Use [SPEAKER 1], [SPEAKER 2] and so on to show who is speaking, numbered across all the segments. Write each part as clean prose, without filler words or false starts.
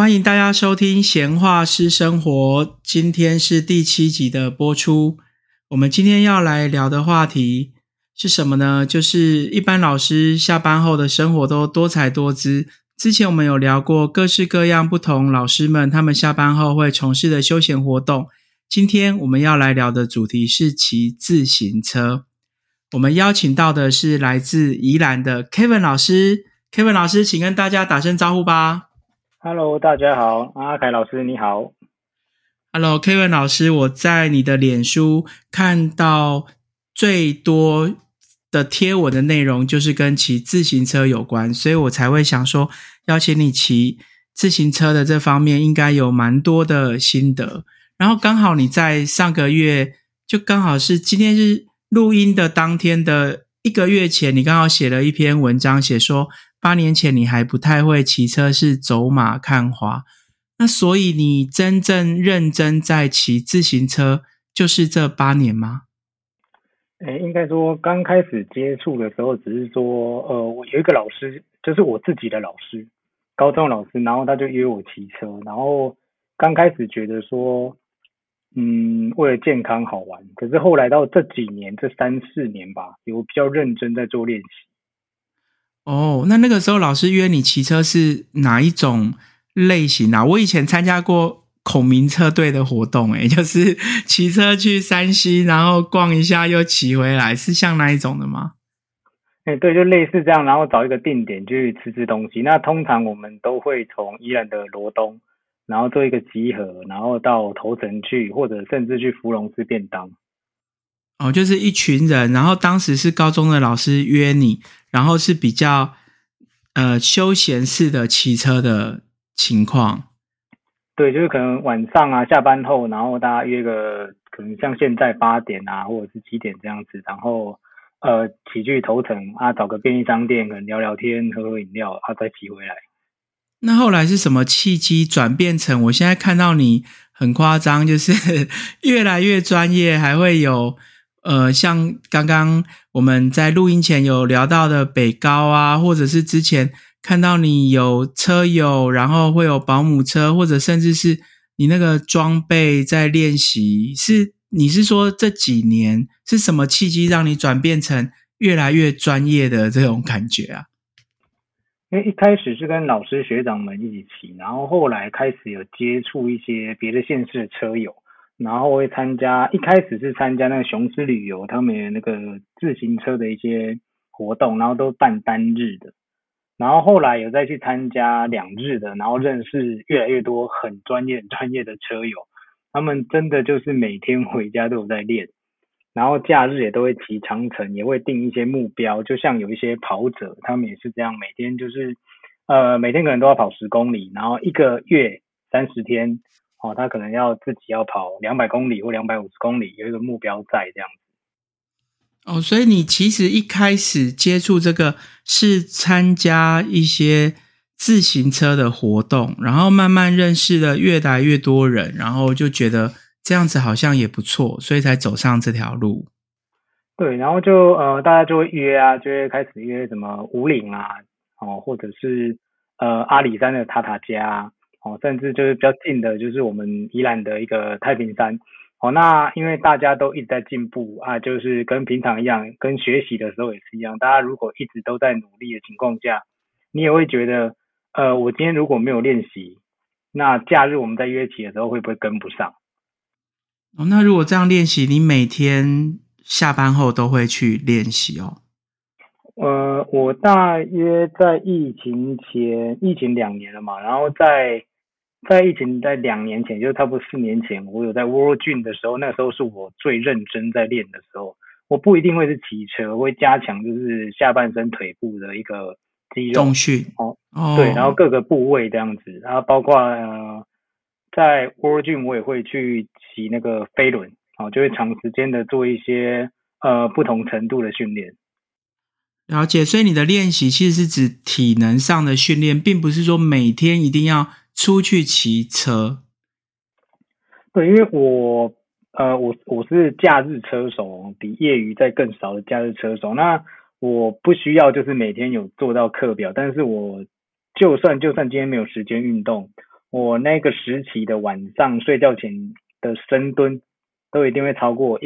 [SPEAKER 1] 欢迎大家收听闲话师生活，今天是第7集的播出。我们今天要来聊的话题是什么呢？就是一般老师下班后的生活都多彩多姿。之前我们有聊过各式各样不同老师们他们下班后会从事的休闲活动。今天我们要来聊的主题是骑自行车。我们邀请到的是来自宜兰的 Kevin 老师。Kevin 老师，请跟大家打声招呼吧。
[SPEAKER 2] Hello， 大家好，阿凯老师你好。
[SPEAKER 1] Hello Kevin 老师，我在你的脸书看到最多的贴文的内容就是跟骑自行车有关，所以我才会想说邀请你骑自行车的这方面应该有蛮多的心得。然后刚好你在上个月，就刚好是今天是录音的当天的1个月前，你刚好写了一篇文章，写说8年前你还不太会骑车，是走马看花。那所以你真正认真在骑自行车就是这8年吗？
[SPEAKER 2] 应该说刚开始接触的时候只是说我有一个老师，就是我自己的老师，高中老师，然后他就约我骑车，然后刚开始觉得说为了健康好玩，可是后来到这几年，这3-4年吧，有比较认真在做练习。
[SPEAKER 1] 那个时候老师约你骑车是哪一种类型啊？我以前参加过孔明车队的活动，就是骑车去山西，然后逛一下又骑回来，是像那一种的吗？
[SPEAKER 2] 对，就类似这样，然后找一个定点去吃东西。那通常我们都会从宜兰的罗东，然后做一个集合，然后到头城去，或者甚至去福隆吃便当。
[SPEAKER 1] 就是一群人，然后当时是高中的老师约你，然后是比较休闲式的骑车的情况。
[SPEAKER 2] 对，就是可能晚上啊，下班后，然后大家约个可能像现在8点啊，或者是7点这样子，然后骑去头城啊，找个便利商店，可能聊聊天，喝喝饮料啊，再骑回来。
[SPEAKER 1] 那后来是什么契机转变成我现在看到你很夸张，就是越来越专业，还会有像刚刚我们在录音前有聊到的北高啊，或者是之前看到你有车友，然后会有保姆车，或者甚至是你那个装备在练习，你是说这几年是什么契机让你转变成越来越专业的这种感觉啊？
[SPEAKER 2] 因为一开始是跟老师学长们一起骑，然后后来开始有接触一些别的县市的车友，然后会一开始是参加那个雄狮旅游他们有那个自行车的一些活动，然后都办单日的，然后后来有再去参加2日的，然后认识越来越多很专业的车友，他们真的就是每天回家都有在练，然后假日也都会骑长程，也会定一些目标，就像有一些跑者，他们也是这样，每天就是每天可能都要跑10公里，然后1个月30天，他可能自己要跑200公里或250公里，有一个目标在这样子。
[SPEAKER 1] 所以你其实一开始接触这个是参加一些自行车的活动，然后慢慢认识了越来越多人，然后就觉得这样子好像也不错，所以才走上这条路。
[SPEAKER 2] 对，然后就大家就会约啊，就会开始约什么武岭啊，或者是阿里山的塔塔加甚至就是比较近的，就是我们宜兰的一个太平山。那因为大家都一直在进步啊，就是跟平常一样，跟学习的时候也是一样。大家如果一直都在努力的情况下，你也会觉得，我今天如果没有练习，那假日我们在约骑的时候会不会跟不上？
[SPEAKER 1] 那如果这样练习，你每天下班后都会去练习哦？
[SPEAKER 2] 我大约在疫情2年了嘛，然后在疫情在2年前，就差不多4年前，我有在 World Gym 的时候，那时候是我最认真在练的时候。我不一定会是骑车，我会加强就是下半身腿部的一个肌肉
[SPEAKER 1] 重训
[SPEAKER 2] 对，然后各个部位这样子，然后包括在 World Gym 我也会去骑那个飞轮，就会长时间的做一些不同程度的训练。
[SPEAKER 1] 了解，所以你的练习其实是指体能上的训练，并不是说每天一定要出去骑车。
[SPEAKER 2] 对，因为我是假日车手，比业余在更少的假日车手。那我不需要就是每天有做到课表，但是我就算今天没有时间运动， 我那个时期的晚上睡觉前的深蹲都一定会超过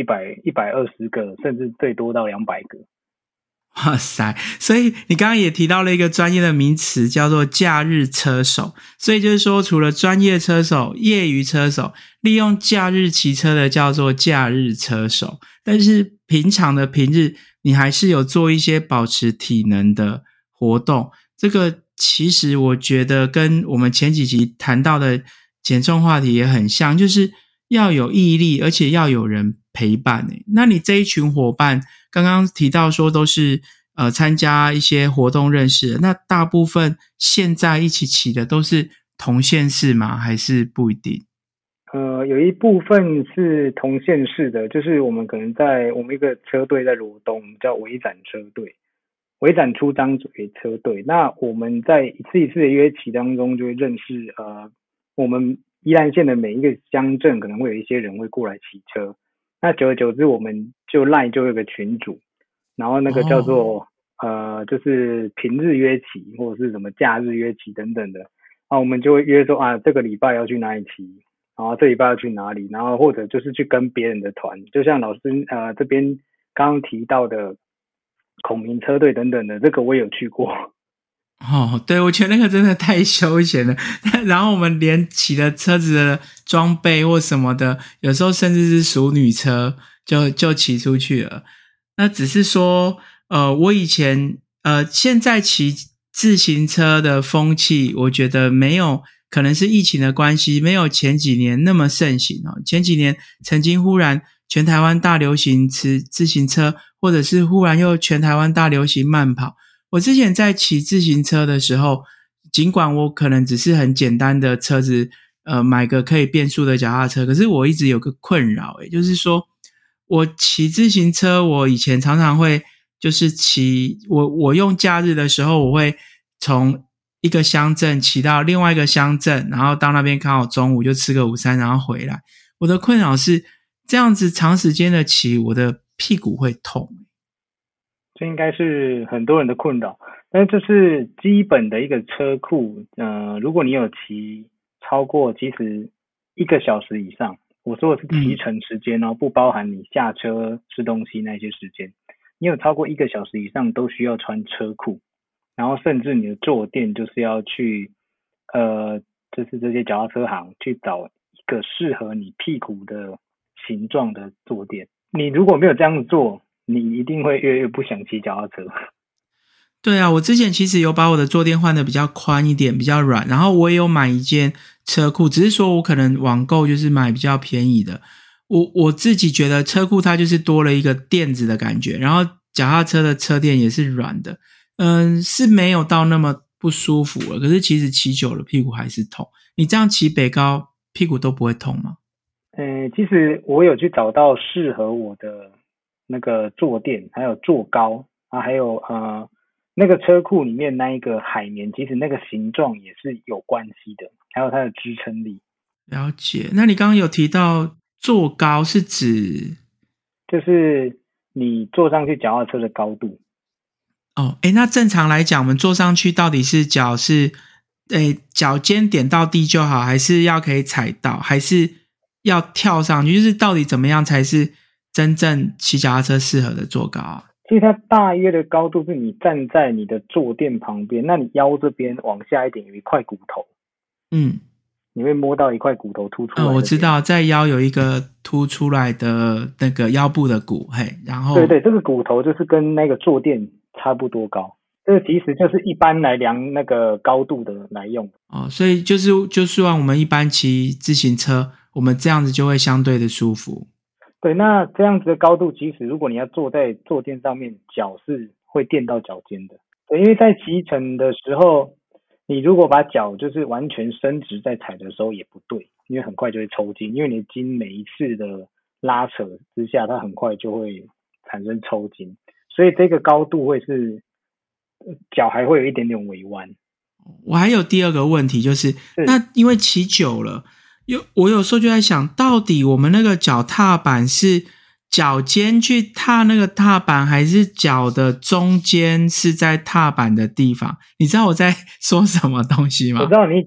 [SPEAKER 2] 120个，甚至最多到200个。
[SPEAKER 1] 哇塞！所以你刚刚也提到了一个专业的名词，叫做假日车手。所以就是说，除了专业车手、业余车手，利用假日骑车的叫做假日车手。但是平常的平日，你还是有做一些保持体能的活动。这个其实我觉得跟我们前几集谈到的减重话题也很像，就是要有毅力，而且要有人陪伴。那你这一群伙伴刚刚提到说都是参加一些活动认识的，那大部分现在一起骑的都是同县市吗？还是不一定？
[SPEAKER 2] 有一部分是同县市的，就是我们可能在我们一个车队在罗东，叫微展车队，微展出张嘴车队。那我们在一次一次的约骑当中，就会认识我们宜兰县的每一个乡镇可能会有一些人会过来骑车。那久而久之，我们就LINE就有个群组，然后那个叫做就是平日约骑或者是什么假日约骑等等的，我们就会约说这个礼拜要去哪里骑，然后这礼拜要去哪里，然后或者就是去跟别人的团，就像老师这边刚刚提到的孔明车队等等的，这个我也有去过。
[SPEAKER 1] 对，我觉得那个真的太休闲了。然后我们连骑的车子的装备或什么的，有时候甚至是淑女车就骑出去了。那只是说我以前现在骑自行车的风气，我觉得没有，可能是疫情的关系，没有前几年那么盛行。前几年曾经忽然全台湾大流行骑自行车，或者是忽然又全台湾大流行慢跑。我之前在骑自行车的时候，尽管我可能只是很简单的车子买个可以变速的脚踏车，可是我一直有个困扰就是说我骑自行车，我以前常常会就是我用假日的时候，我会从一个乡镇骑到另外一个乡镇，然后到那边刚好中午就吃个午餐然后回来。我的困扰是这样子长时间的骑，我的屁股会痛。
[SPEAKER 2] 这应该是很多人的困扰，但是这是基本的一个车库。如果你有骑超过其实1个小时以上，我说的是骑乘时间不包含你下车吃东西那些时间，你有超过1个小时以上都需要穿车库，然后甚至你的坐垫就是要去就是这些脚踏车行去找一个适合你屁股的形状的坐垫。你如果没有这样做，你一定会越不想骑脚踏车。
[SPEAKER 1] 对啊，我之前其实有把我的坐垫换的比较宽一点，比较软，然后我也有买一件车库，只是说我可能网购就是买比较便宜的。我自己觉得车库它就是多了一个垫子的感觉，然后脚踏车的车垫也是软的，是没有到那么不舒服了，可是其实骑久了屁股还是痛。你这样骑北高屁股都不会痛吗？
[SPEAKER 2] 其实我有去找到适合我的那个坐垫，还有坐高还有那个车库里面那一个海绵，其实那个形状也是有关系的，还有它的支撑力。
[SPEAKER 1] 了解。那你刚刚有提到坐高是指
[SPEAKER 2] 就是你坐上去脚踏车的高度。
[SPEAKER 1] 那正常来讲我们坐上去到底是脚尖点到地就好，还是要可以踩到，还是要跳上去，就是到底怎么样才是真正骑脚踏车适合的坐高啊？
[SPEAKER 2] 其实它大约的高度是你站在你的坐垫旁边，那你腰这边往下一点有一块骨头，你会摸到一块骨头凸出来。
[SPEAKER 1] 我知道在腰有一个凸出来的那个腰部的骨，然后
[SPEAKER 2] 对，这个骨头就是跟那个坐垫差不多高，这个其实就是一般来量那个高度的来用。
[SPEAKER 1] 所以就算我们一般骑自行车，我们这样子就会相对的舒服。
[SPEAKER 2] 对，那这样子的高度，其实如果你要坐在坐垫上面，脚是会垫到脚尖的。对，因为在骑乘的时候，你如果把脚就是完全伸直在踩的时候也不对，因为很快就会抽筋，因为你的筋每一次的拉扯之下，它很快就会产生抽筋，所以这个高度会是脚还会有一点点微弯。
[SPEAKER 1] 我还有第二个问题就是那因为骑久了，我有时候就在想，到底我们那个脚踏板是脚尖去踏那个踏板，还是脚的中间是在踏板的地方？你知道我在说什么东西吗？
[SPEAKER 2] 我知道你脚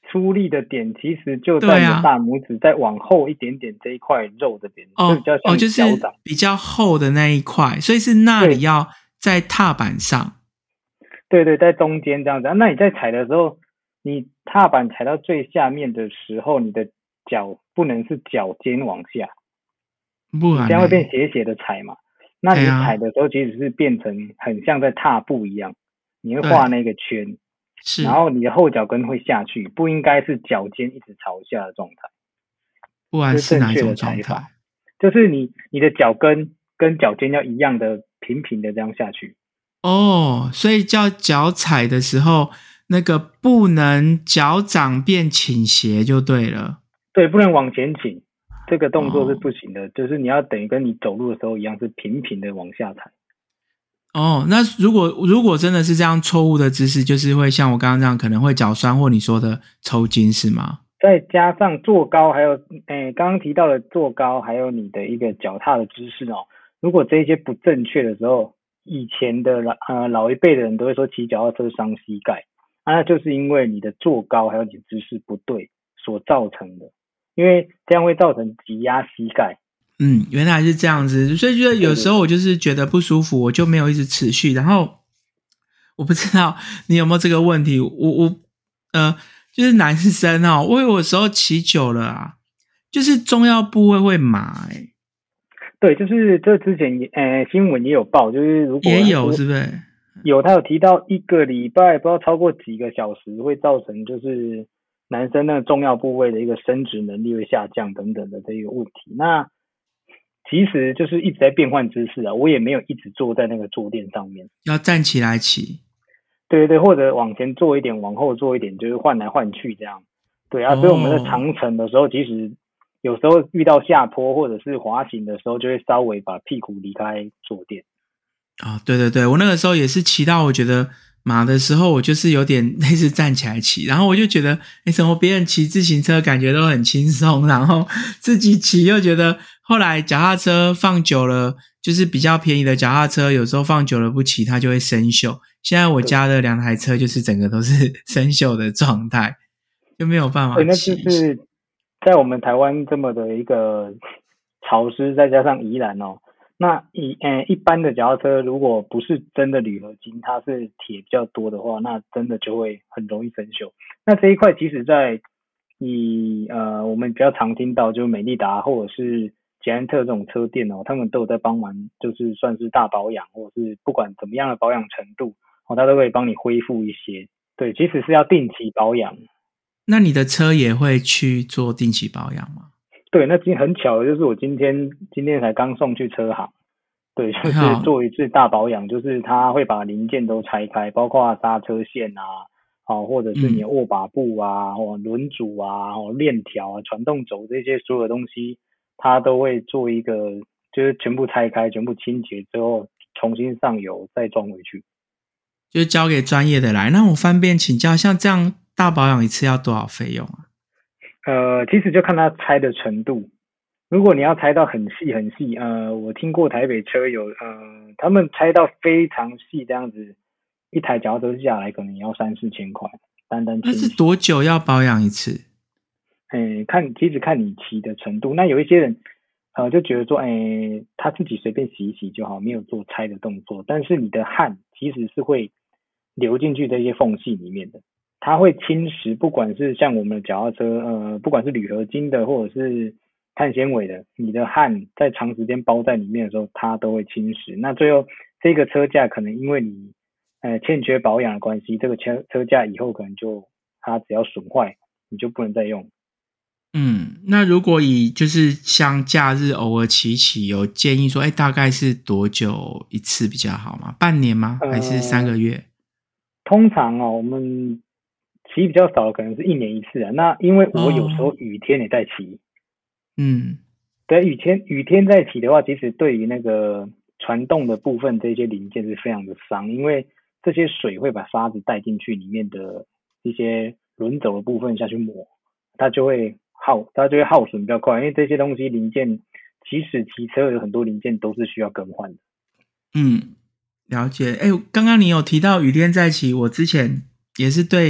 [SPEAKER 2] 出力的点其实就在你的大拇指再往后一点点这一块肉这边，就比较像脚掌，
[SPEAKER 1] 就是比较厚的那一块，所以是那里要在踏板上。
[SPEAKER 2] 对对，在中间这样子。那你在踩的时候，你踏板踩到最下面的时候，你的脚不能是脚尖往下，
[SPEAKER 1] 不然
[SPEAKER 2] 你这样会变斜斜的踩嘛。那你踩的时候，其实是变成很像在踏步一样，你会画那个圈，然后你的后脚跟会下去，不应该是脚尖一直朝下的状态。
[SPEAKER 1] 不然是哪一种状态？
[SPEAKER 2] 就是你的脚跟跟脚尖要一样的平平的这样下去。
[SPEAKER 1] 所以叫脚踩的时候，那个不能脚掌变倾斜就对了。
[SPEAKER 2] 对，不能往前倾，这个动作是不行的，就是你要等于跟你走路的时候一样，是平平的往下踩。
[SPEAKER 1] 那如果真的是这样错误的姿势，就是会像我刚刚这样，可能会脚酸或你说的抽筋是吗？
[SPEAKER 2] 再加上坐高，还有刚刚提到的坐高，还有你的一个脚踏的姿势如果这些不正确的时候，以前的老一辈的人都会说骑脚踏车伤膝盖，那就是因为你的坐高还有你的姿势不对所造成的，因为这样会造成挤压膝盖。
[SPEAKER 1] 原来是这样子，所以觉得有时候我就是觉得不舒服，我就没有一直持续。然后我不知道你有没有这个问题，就是男生我有时候骑久了就是重要部位会麻
[SPEAKER 2] 对，就是这之前新闻也有报，就是如果
[SPEAKER 1] 也有是不是？
[SPEAKER 2] 有，他有提到1个礼拜不知道超过几个小时会造成就是男生那个重要部位的一个生殖能力会下降等等的这一个问题。那其实就是一直在变换姿势我也没有一直坐在那个坐垫上面，
[SPEAKER 1] 要站起来骑。
[SPEAKER 2] 对对，或者往前坐一点，往后坐一点，就是换来换去这样。对所以我们在长程的时候，其实有时候遇到下坡或者是滑行的时候，就会稍微把屁股离开坐垫。
[SPEAKER 1] 对对对，我那个时候也是骑到我觉得麻的时候，我就是有点类似站起来骑，然后我就觉得怎么别人骑自行车感觉都很轻松，然后自己骑又觉得，后来脚踏车放久了，就是比较便宜的脚踏车，有时候放久了不骑它就会生锈。现在我家的2台车就是整个都是生锈的状态，就没有办法骑。
[SPEAKER 2] 那就是在我们台湾这么的一个潮湿，再加上宜兰那一般的脚踏车如果不是真的铝合金，它是铁比较多的话，那真的就会很容易生锈。那这一块其实在我们比较常听到，就是美利达或者是捷安特这种车店他们都有在帮忙，就是算是大保养，或者是不管怎么样的保养程度它都可以帮你恢复一些。对，其实是要定期保养。
[SPEAKER 1] 那你的车也会去做定期保养吗？
[SPEAKER 2] 对，那今天很巧的就是我今天才刚送去车行，对，就是做一次大保养，就是他会把零件都拆开，包括刹车线或者是你的握把布轮组链条传动轴这些所有东西，他都会做一个就是全部拆开，全部清洁之后重新上油再装回去，
[SPEAKER 1] 就交给专业的来。那我方便请教，像这样大保养一次要多少费用啊？
[SPEAKER 2] 其实就看它拆的程度。如果你要拆到很细很细，我听过台北车友，他们拆到非常细这样子，一台脚踏车下来可能也要3-4千块，单单清洗。
[SPEAKER 1] 那是多久要保养一次？
[SPEAKER 2] 其实看你骑的程度。那有一些人，就觉得说，他自己随便洗一洗就好，没有做拆的动作。但是你的汗其实是会流进去这些缝隙里面的。它会侵蚀，不管是像我们的脚踏车，不管是铝合金的或者是碳纤维的，你的汗在长时间包在里面的时候，它都会侵蚀。那最后这个车架可能因为你欠缺保养的关系，这个车架以后可能就它只要损坏，你就不能再用。
[SPEAKER 1] 那如果就是像假日偶尔骑，有建议说，大概是多久一次比较好吗？半年吗？还是3个月？
[SPEAKER 2] 通常我们骑比较少，可能是1年一次那因为我有时候雨天也在骑，对，雨天在骑的话，其实对于那个传动的部分这些零件是非常的伤，因为这些水会把沙子带进去里面的一些轮轴的部分下去磨，它就会耗损比较快，因为这些东西零件，即使骑车有很多零件都是需要更换的。
[SPEAKER 1] 了解。刚刚你有提到雨天在骑，我之前也是对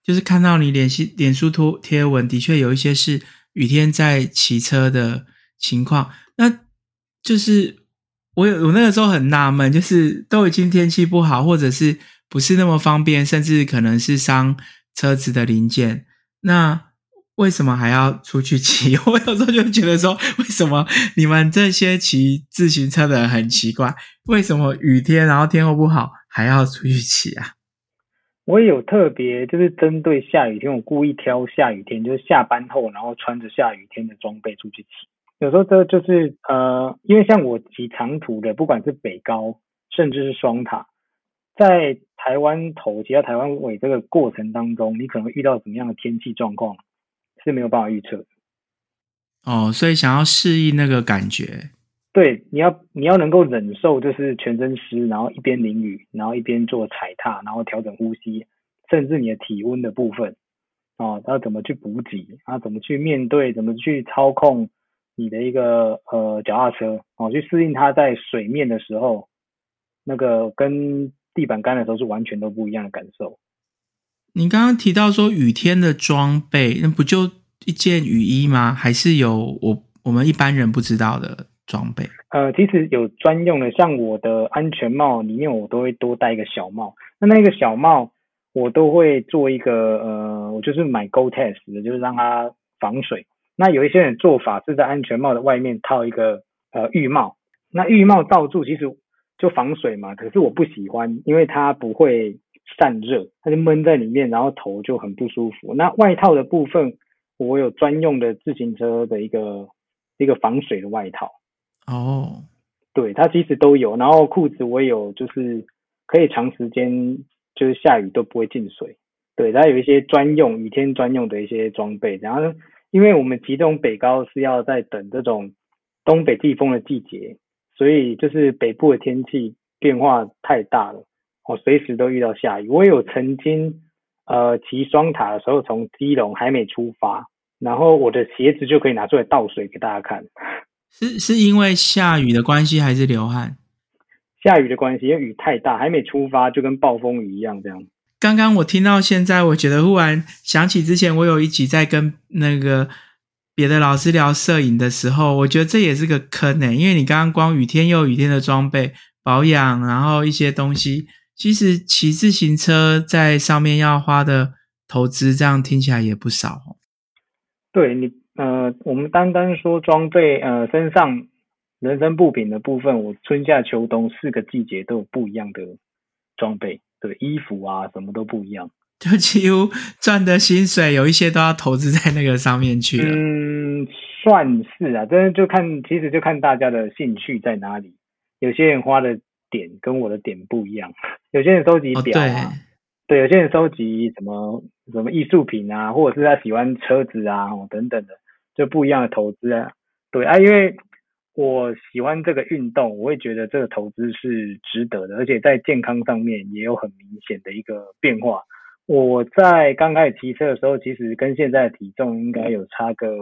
[SPEAKER 1] 就是看到你脸书贴文，的确有一些是雨天在骑车的情况。那就是我那个时候很纳闷，就是都已经天气不好，或者是不是那么方便，甚至可能是伤车子的零件，那为什么还要出去骑？我有时候就觉得说，为什么你们这些骑自行车的人很奇怪，为什么雨天然后天候不好还要出去骑啊？
[SPEAKER 2] 我也有特别就是针对下雨天，我故意挑下雨天，就是下班后，然后穿着下雨天的装备出去骑。有时候这就是因为像我骑长途的，不管是北高甚至是双塔，在台湾头骑到台湾尾这个过程当中，你可能会遇到什么样的天气状况是没有办法预测的。
[SPEAKER 1] 哦，所以想要适应那个感觉。
[SPEAKER 2] 对，你要能够忍受，就是全身湿，然后一边淋雨，然后一边做踩踏，然后调整呼吸，甚至你的体温的部分，要怎么去补给，怎么去面对，怎么去操控你的一个脚踏车，去适应它在水面的时候，那个跟地板干的时候是完全都不一样的感受。
[SPEAKER 1] 你刚刚提到说雨天的装备，那不就一件雨衣吗？还是有我们一般人不知道的装备？
[SPEAKER 2] 其实有专用的，像我的安全帽里面我都会多戴一个小帽，那个小帽我都会做一个我就是买 Gore-Tex 的，就是让它防水。那有一些人做法是在安全帽的外面套一个浴帽，那浴帽罩住其实就防水嘛，可是我不喜欢，因为它不会散热，它就闷在里面，然后头就很不舒服。那外套的部分我有专用的自行车的一个防水的外套。
[SPEAKER 1] 哦，
[SPEAKER 2] 对，它其实都有，然后裤子我也有，就是可以长时间就是下雨都不会进水。对，它有一些专用雨天专用的一些装备。然后因为我们骑这种北高是要在等这种东北季风的季节，所以就是北部的天气变化太大了，随时都遇到下雨。我有曾经骑双塔的时候，从基隆还没出发，然后我的鞋子就可以拿出来倒水给大家看。
[SPEAKER 1] 是因为下雨的关系还是流汗？
[SPEAKER 2] 下雨的关系，因为雨太大，还没出发就跟暴风雨一样这样。
[SPEAKER 1] 刚刚我听到现在，我觉得忽然想起之前我有一集在跟那个别的老师聊摄影的时候，我觉得这也是个坑欸，因为你刚刚光雨天又有雨天的装备保养，然后一些东西，其实骑自行车在上面要花的投资，这样听起来也不少哦。
[SPEAKER 2] 对你我们单单说装备身上人身部品的部分，我春夏秋冬4个季节都有不一样的装备，对，衣服啊什么都不一样，
[SPEAKER 1] 就几乎赚的薪水有一些都要投资在那个上面去了。
[SPEAKER 2] 算是啊，真的其实就看大家的兴趣在哪里。有些人花的点跟我的点不一样，有些人收集表啊，对，有些人收集什么艺术品啊，或者是他喜欢车子啊等等的，就不一样的投资啊。对啊，因为我喜欢这个运动，我会觉得这个投资是值得的，而且在健康上面也有很明显的一个变化。我在刚开始骑车的时候，其实跟现在的体重应该有差个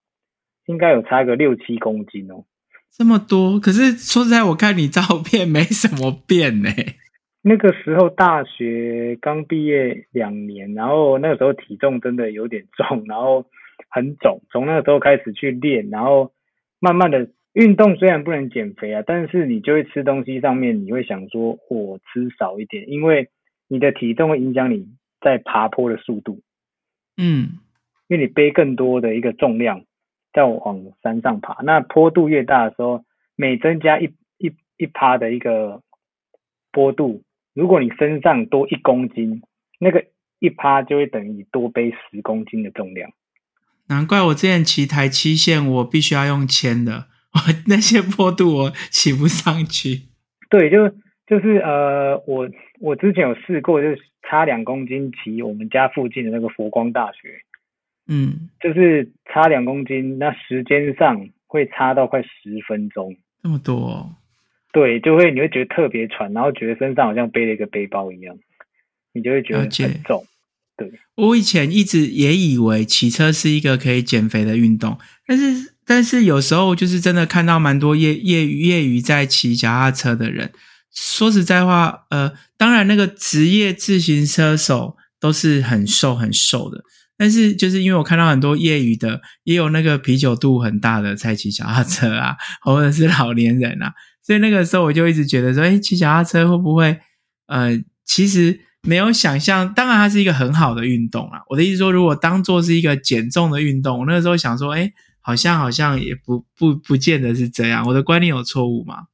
[SPEAKER 2] 6-7公斤哦。
[SPEAKER 1] 这么多，可是说实在，我看你照片没什么变欸。
[SPEAKER 2] 那个时候大学刚毕业2年，然后那个时候体重真的有点重，然后很肿，从那个时候开始去练，然后慢慢的运动虽然不能减肥啊，但是你就会吃东西上面，你会想说我吃少一点，因为你的体重会影响你在爬坡的速度。因为你背更多的一个重量在往山上爬，那坡度越大的时候，每增加一趴的一个坡度，如果你身上多1公斤，那个一趴就会等于你多背10公斤的重量。
[SPEAKER 1] 难怪我之前骑台7线，我必须要用牵的，那些坡度我骑不上去。
[SPEAKER 2] 对，就是我之前有试过，就是差2公斤骑我们家附近的那个佛光大学。就是差2公斤，那时间上会差到快10分钟，
[SPEAKER 1] 这么多哦。
[SPEAKER 2] 对，你会觉得特别喘，然后觉得身上好像背了一个背包一样，你就会觉得很重。对，
[SPEAKER 1] 我以前一直也以为骑车是一个可以减肥的运动，但是有时候就是真的看到蛮多业余在骑脚踏车的人。说实在话，当然那个职业自行车手都是很瘦很瘦的。但是就是因为我看到很多业余的，也有那个啤酒肚很大的在骑脚踏车啊，或者是老年人啊，所以那个时候我就一直觉得说，骑脚踏车会不会其实没有想象，当然它是一个很好的运动啦。我的意思说，如果当作是一个减重的运动，我那个时候想说，好像也不见得是这样。我的观念有错误吗？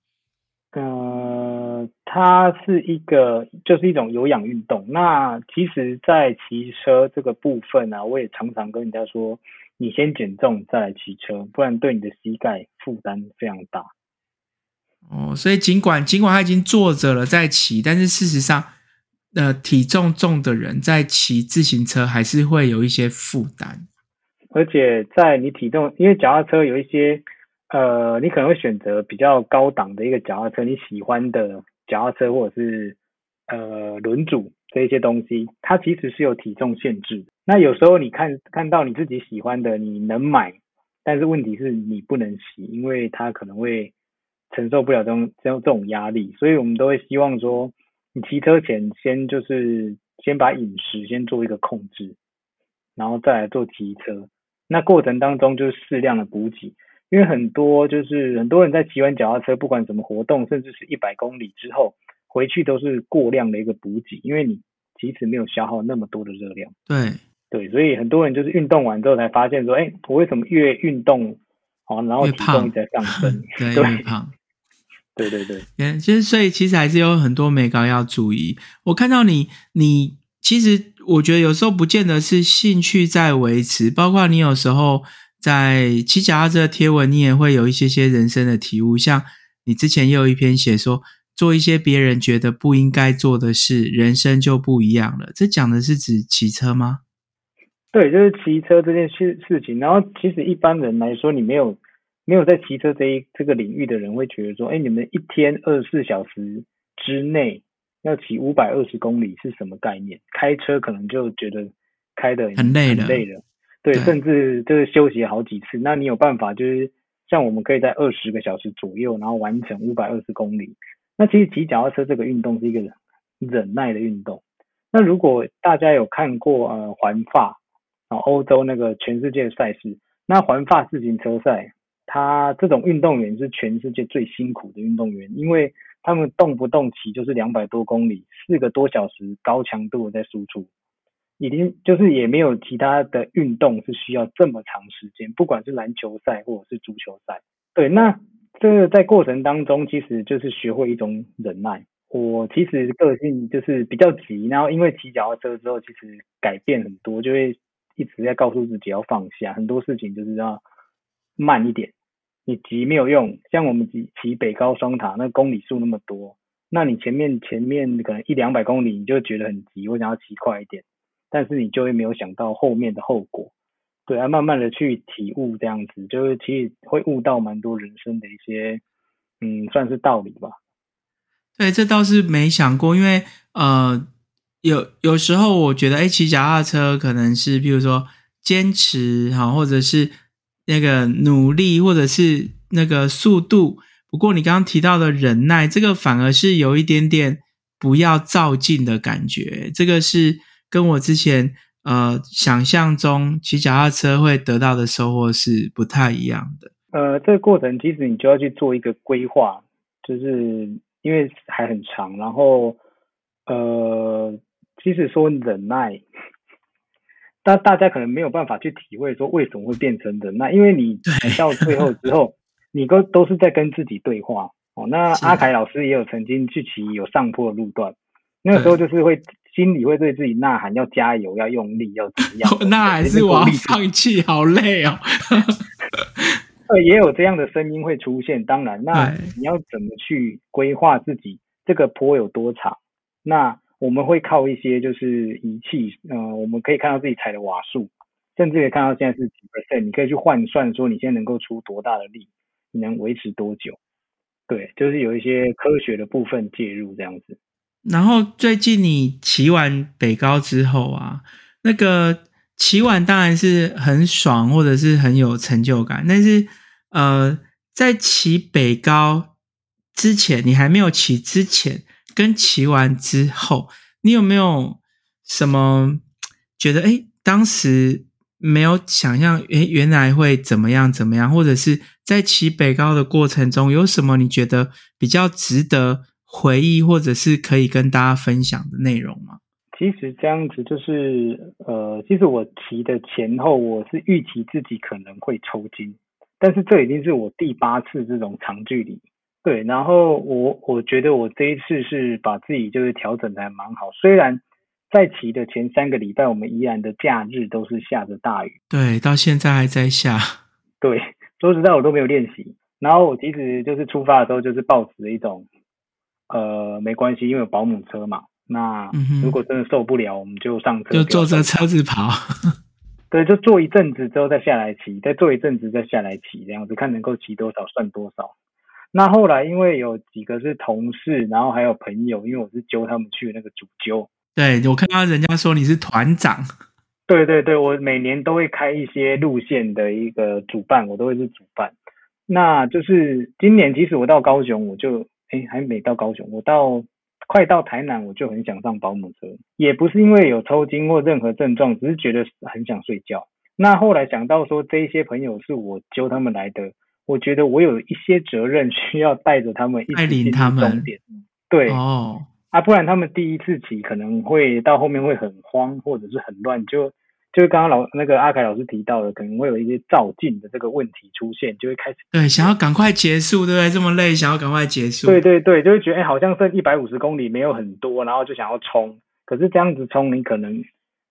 [SPEAKER 2] 它是就是一种有氧运动。那其实在骑车这个部分啊，我也常常跟人家说，你先减重再来骑车，不然对你的膝盖负担非常大。
[SPEAKER 1] 所以尽管他已经坐着了在骑，但是事实上体重重的人在骑自行车还是会有一些负担。
[SPEAKER 2] 而且在你体重，因为脚踏车有一些你可能会选择比较高档的一个脚踏车，你喜欢的脚踏车或者是轮组这一些东西，它其实是有体重限制的。那有时候你看到你自己喜欢的，你能买，但是问题是你不能骑，因为它可能会承受不了这种压力，所以我们都会希望说，你骑车前先把饮食先做一个控制，然后再来做骑车。那过程当中就是适量的补给，因为很多人在骑完脚踏车，不管什么活动，甚至是100公里之后回去都是过量的一个补给，因为你其实没有消耗那么多的热量。对，所以很多人就是运动完之后才发现说，我为什么越运动然后体重一直在上升？
[SPEAKER 1] 对，越胖。
[SPEAKER 2] 对，
[SPEAKER 1] 就是所以其实还是有很多美感要注意。我看到你其实我觉得有时候不见得是兴趣在维持，包括你有时候在骑脚踏车的贴文，你也会有一些人生的体悟，像你之前也有一篇写说，做一些别人觉得不应该做的事，人生就不一样了。这讲的是指骑车吗？
[SPEAKER 2] 对，就是骑车这件事情。然后其实一般人来说，你没有在骑车这个领域的人会觉得说，你们一天24小时之内要骑520公里是什么概念？开车可能就觉得开得
[SPEAKER 1] 很累了。
[SPEAKER 2] 对，甚至就是休息好几次。那你有办法就是像我们可以在20个小时左右，然后完成520公里。那其实骑脚踏车这个运动是一个忍耐的运动。那如果大家有看过环法欧洲那个全世界赛事，那环法自行车赛，他这种运动员是全世界最辛苦的运动员，因为他们动不动骑就是200多公里，4个多小时高强度的在输出，已经就是也没有其他的运动是需要这么长时间，不管是篮球赛或者是足球赛。对，那这个在过程当中其实就是学会一种忍耐。我其实个性就是比较急，然后因为骑脚踏车之后其实改变很多，就会一直在告诉自己要放下，很多事情就是要慢一点。你急没有用，像我们骑北高双塔，那公里数那么多，那你前面可能100-200公里，你就觉得很急，我想要骑快一点，但是你就会没有想到后面的后果。对，慢慢的去体悟这样子，就是其实会悟到蛮多人生的一些算是道理吧。
[SPEAKER 1] 对，这倒是没想过，因为有时候我觉得骑脚踏车可能是比如说坚持或者是那个努力，或者是那个速度。不过你刚刚提到的忍耐，这个反而是有一点点不要躁进的感觉，这个是跟我之前想象中骑脚踏车会得到的收获是不太一样的。
[SPEAKER 2] 这个过程其实你就要去做一个规划，就是因为还很长，然后其实说忍耐，大家可能没有办法去体会说为什么会变成忍耐，因为你到最后之后，你都是在跟自己对话。那阿凯老师也有曾经去骑有上坡的路段，那个时候就是心里会对自己呐喊，要加油，要用力，要怎么样？
[SPEAKER 1] 那还是我要放弃，好累哦。
[SPEAKER 2] 也有这样的声音会出现，当然，那你要怎么去规划自己这个坡有多长？那我们会靠一些就是仪器，我们可以看到自己踩的瓦数，甚至可以看到现在是几%，你可以去换算说你现在能够出多大的力，你能维持多久？对，就是有一些科学的部分介入这样子。
[SPEAKER 1] 然后最近你骑完北高之后啊，那个骑完当然是很爽，或者是很有成就感，但是在骑北高之前，你还没有骑之前跟骑完之后，你有没有什么觉得当时没有想象原来会怎么样怎么样，或者是在骑北高的过程中有什么你觉得比较值得回忆或者是可以跟大家分享的内容吗？
[SPEAKER 2] 其实这样子就是其实我骑的前后我是预期自己可能会抽筋，但是这已经是我第8次这种长距离。对，然后我觉得我这一次是把自己就是调整的还蛮好，虽然在骑的前3个礼拜我们宜兰的假日都是下着大雨。
[SPEAKER 1] 对，到现在还在下。
[SPEAKER 2] 对，说实在我都没有练习，然后我其实就是出发的时候就是抱持一种没关系，因为有保姆车嘛，那如果真的受不了我们就上车，
[SPEAKER 1] 就坐着车子跑。
[SPEAKER 2] 对，就坐一阵子之后再下来骑，再坐一阵子再下来骑，这样子看能够骑多少算多少。那后来因为有几个是同事，然后还有朋友，因为我是揪他们去那个主揪。
[SPEAKER 1] 对，我看到人家说你是团长。
[SPEAKER 2] 对对对，我每年都会开一些路线的一个主办，我都会是主办。那就是今年其实我到高雄我就还没到高雄，我快到台南我就很想上保姆车，也不是因为有抽筋或任何症状，只是觉得很想睡觉。那后来想到说这一些朋友是我揪他们来的，我觉得我有一些责任需要带着他们一起进入终点。对不然他们第一次骑可能会到后面会很慌或者是很乱，就是刚刚那个阿凯老师提到的，可能会有一些躁进的这个问题出现，就会开始
[SPEAKER 1] 对想要赶快结束，对不对？这么累，想要赶快结束。
[SPEAKER 2] 对对对，就会觉得好像剩150公里没有很多，然后就想要冲，可是这样子冲，你可能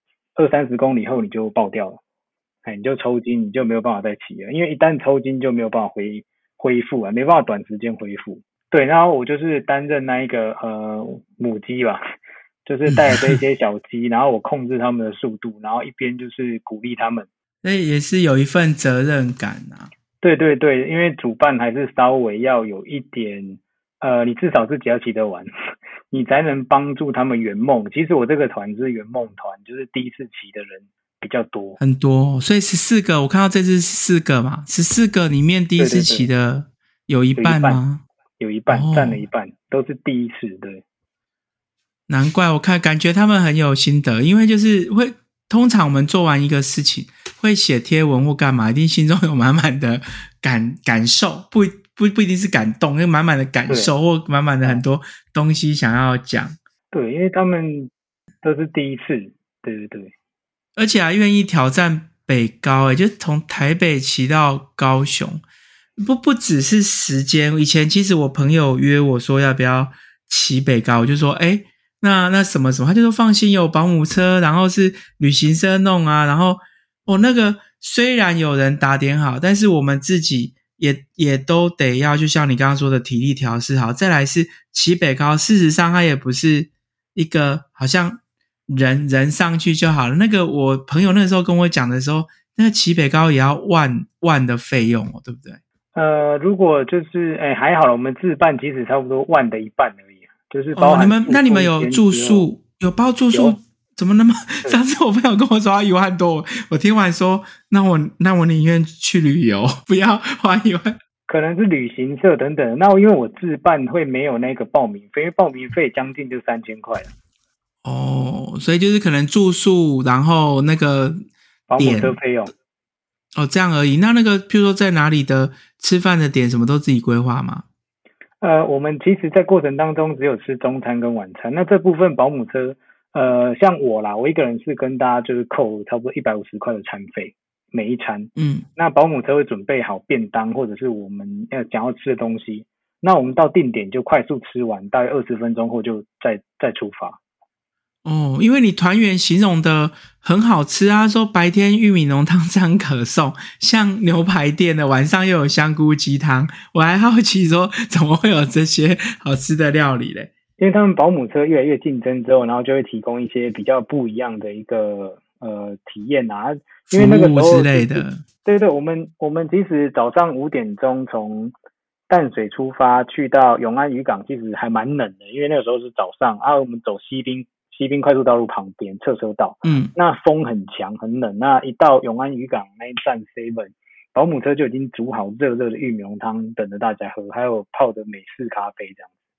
[SPEAKER 2] 20-30公里后你就爆掉了，你就抽筋，你就没有办法再骑了，因为一旦抽筋就没有办法恢复啊，没办法短时间恢复。对，然后我就是担任那一个母鸡吧。就是带着一些小鸡，然后我控制他们的速度，然后一边就是鼓励他们，
[SPEAKER 1] 所以也是有一份责任感啊。
[SPEAKER 2] 对对对，因为主办还是稍微要有一点，你至少自己要骑得完，你才能帮助他们圆梦。其实我这个团是圆梦团，就是第一次骑的人比较多，
[SPEAKER 1] 很多，所以14个，我看到这次14个嘛，14个里面第一次骑的有一半吗？
[SPEAKER 2] 有一半，占了一半，都是第一次，对。
[SPEAKER 1] 难怪我感觉他们很有心得，因为就是通常我们做完一个事情会写贴文或干嘛，一定心中有满满的感受，不一定是感动，因为满满的感受或满满的很多东西想要讲。
[SPEAKER 2] 对，因为他们都是第一次，对对对，
[SPEAKER 1] 而且还愿意挑战北高，就是从台北骑到高雄，不只是时间。以前其实我朋友约我说要不要骑北高，我就说那什么什么，他就说放心，有保姆车，然后是旅行社弄啊，然后那个虽然有人打点好，但是我们自己也都得要，就像你刚刚说的体力调试好。再来是骑北高，事实上它也不是一个好像人上去就好了。那个我朋友那时候跟我讲的时候，那个骑北高也要万的费用对不对？
[SPEAKER 2] 如果就是还好了，我们自办其实差不多1万的一半而已。就是包含
[SPEAKER 1] 你们有住宿，有包住宿？怎么那么？上次我朋友跟我说要1万多，我听完说，那我宁愿去旅游，不要花1万。
[SPEAKER 2] 可能是旅行社等等。那因为我自办会没有那个报名费，因为报名费将近就3000块了。
[SPEAKER 1] 所以就是可能住宿，然后那个
[SPEAKER 2] 保姆车费用。
[SPEAKER 1] 这样而已。那个譬如说在哪里的吃饭的点，什么都自己规划吗？
[SPEAKER 2] 我们其实在过程当中只有吃中餐跟晚餐，那这部分保姆车像我啦，我一个人是跟大家就是扣差不多150块的餐费每一餐。那保姆车会准备好便当或者是我们想要吃的东西，那我们到定点就快速吃完，大概20分钟后就再出发。
[SPEAKER 1] 因为你团员形容的很好吃啊，说白天玉米浓汤这样可颂，像牛排店的晚上又有香菇鸡汤，我还好奇说怎么会有这些好吃的料理嘞？
[SPEAKER 2] 因为他们保姆车越来越竞争之后，然后就会提供一些比较不一样的一个体验啊，因为那个时候
[SPEAKER 1] 服务之类的。
[SPEAKER 2] 对对，我们其实早上5点钟从淡水出发去到永安渔港，其实还蛮冷的，因为那个时候是早上我们走西滨快速道路旁边侧车道，那风很强很冷，那一到永安渔港那一站 7， 保姆车就已经煮好热热的玉米浓汤等着大家喝，还有泡的美式咖啡这样子。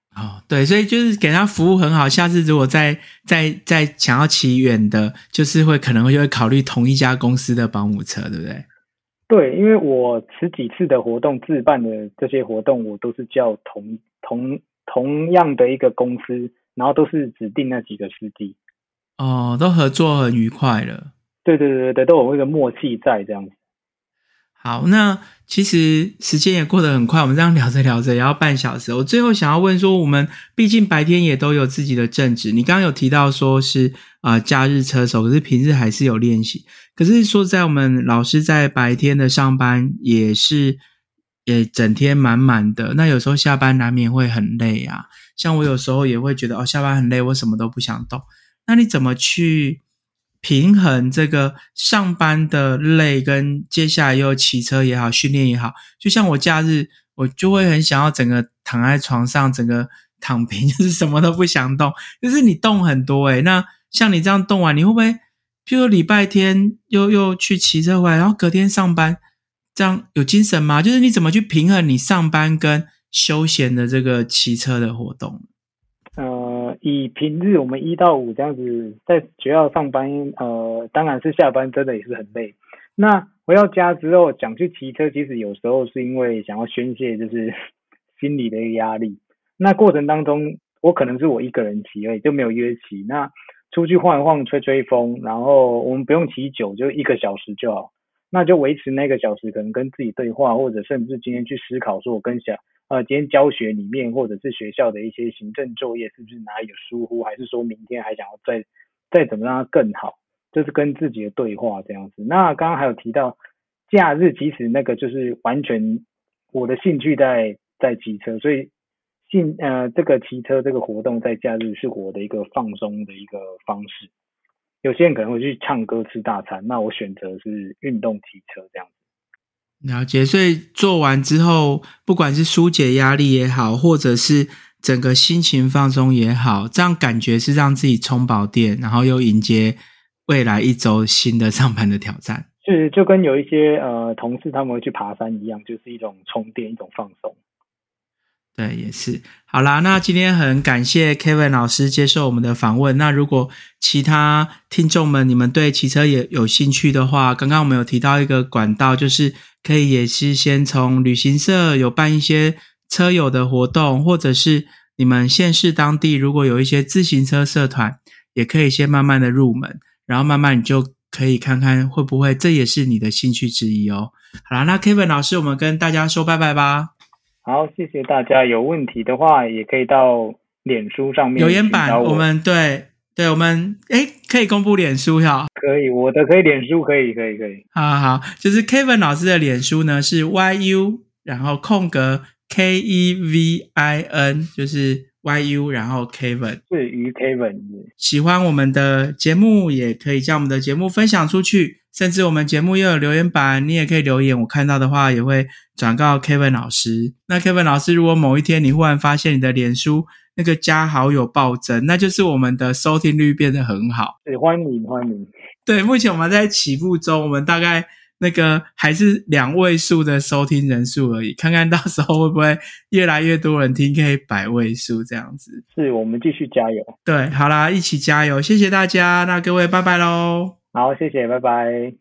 [SPEAKER 1] 哦，对，所以就是给他服务很好，下次如果再想要骑远的，就是可能就会考虑同一家公司的保姆车，对不对？
[SPEAKER 2] 对，因为我十几次的活动自办的这些活动，我都是叫同样的一个公司，然后都是指定那几个司机。
[SPEAKER 1] 哦，都合作很愉快了。
[SPEAKER 2] 对对对对对，都有一个默契在这样子。
[SPEAKER 1] 好，那其实时间也过得很快，我们这样聊着聊着也要半小时。我最后想要问说，我们毕竟白天也都有自己的正职，你刚刚有提到说是假日车手，可是平日还是有练习。可是说在我们老师在白天的上班也整天满满的，那有时候下班难免会很累啊。像我有时候也会觉得下班很累，我什么都不想动。那你怎么去平衡这个上班的累跟接下来又骑车也好训练也好，就像我假日我就会很想要整个躺在床上，整个躺平，就是什么都不想动，就是你动很多那像你这样动完，你会不会譬如礼拜天又去骑车回来，然后隔天上班，这样有精神吗？就是你怎么去平衡你上班跟休闲的这个骑车的活动？
[SPEAKER 2] 以平日我们1到5这样子在学校上班，当然是下班真的也是很累。那回到家之后想去骑车，其实有时候是因为想要宣泄，就是心理的一个压力。那过程当中，我可能是我一个人骑而已，就没有约骑。那出去晃一晃，吹吹风，然后我们不用骑久，就1个小时就好。那就维持那个小时，可能跟自己对话，或者甚至今天去思考，说我今天教学里面或者是学校的一些行政作业是不是哪里有疏忽，还是说明天还想要再怎么让它更好，就是跟自己的对话这样子。那刚刚还有提到假日，其实那个就是完全我的兴趣在骑车，所以这个骑车这个活动在假日是我的一个放松的一个方式。有些人可能会去唱歌吃大餐，那我选择是运动骑车这样子。
[SPEAKER 1] 了解，所以做完之后，不管是疏解压力也好，或者是整个心情放松也好，这样感觉是让自己充饱电，然后又迎接未来一周新的上班的挑战。
[SPEAKER 2] 是，就跟有一些同事他们会去爬山一样，就是一种充电，一种放松。
[SPEAKER 1] 对，也是。好啦，那今天很感谢 Kevin 老师接受我们的访问。那如果其他听众们你们对骑车也有兴趣的话，刚刚我们有提到一个管道，就是可以也是先从旅行社有办一些车友的活动，或者是你们县市当地如果有一些自行车社团，也可以先慢慢的入门，然后慢慢你就可以看看会不会这也是你的兴趣之一哦。好啦，那 Kevin 老师我们跟大家说拜拜吧。
[SPEAKER 2] 好，谢谢大家。有问题的话，也可以到脸书上面
[SPEAKER 1] 留言板，我们对，我们可以公布脸书呀。
[SPEAKER 2] 可以，我的可以，脸书可以。
[SPEAKER 1] 好，就是 Kevin 老师的脸书呢是 YU 然后空格 KEVIN， 就是 YU 然后 Kevin，
[SPEAKER 2] 是于 Kevin。
[SPEAKER 1] 喜欢我们的节目也可以将我们的节目分享出去，甚至我们节目又有留言板，你也可以留言，我看到的话也会转告 Kevin 老师。那 Kevin 老师，如果某一天你忽然发现你的脸书那个加好友暴增，那就是我们的收听率变得很好。
[SPEAKER 2] 对，欢迎。
[SPEAKER 1] 对，目前我们在起步中，我们大概那个还是2位数的收听人数而已，看看到时候会不会越来越多人听，可以100位数这样子。
[SPEAKER 2] 是，我们继续加油。
[SPEAKER 1] 对，好啦，一起加油，谢谢大家，那各位拜拜咯。
[SPEAKER 2] 好，谢谢，拜拜。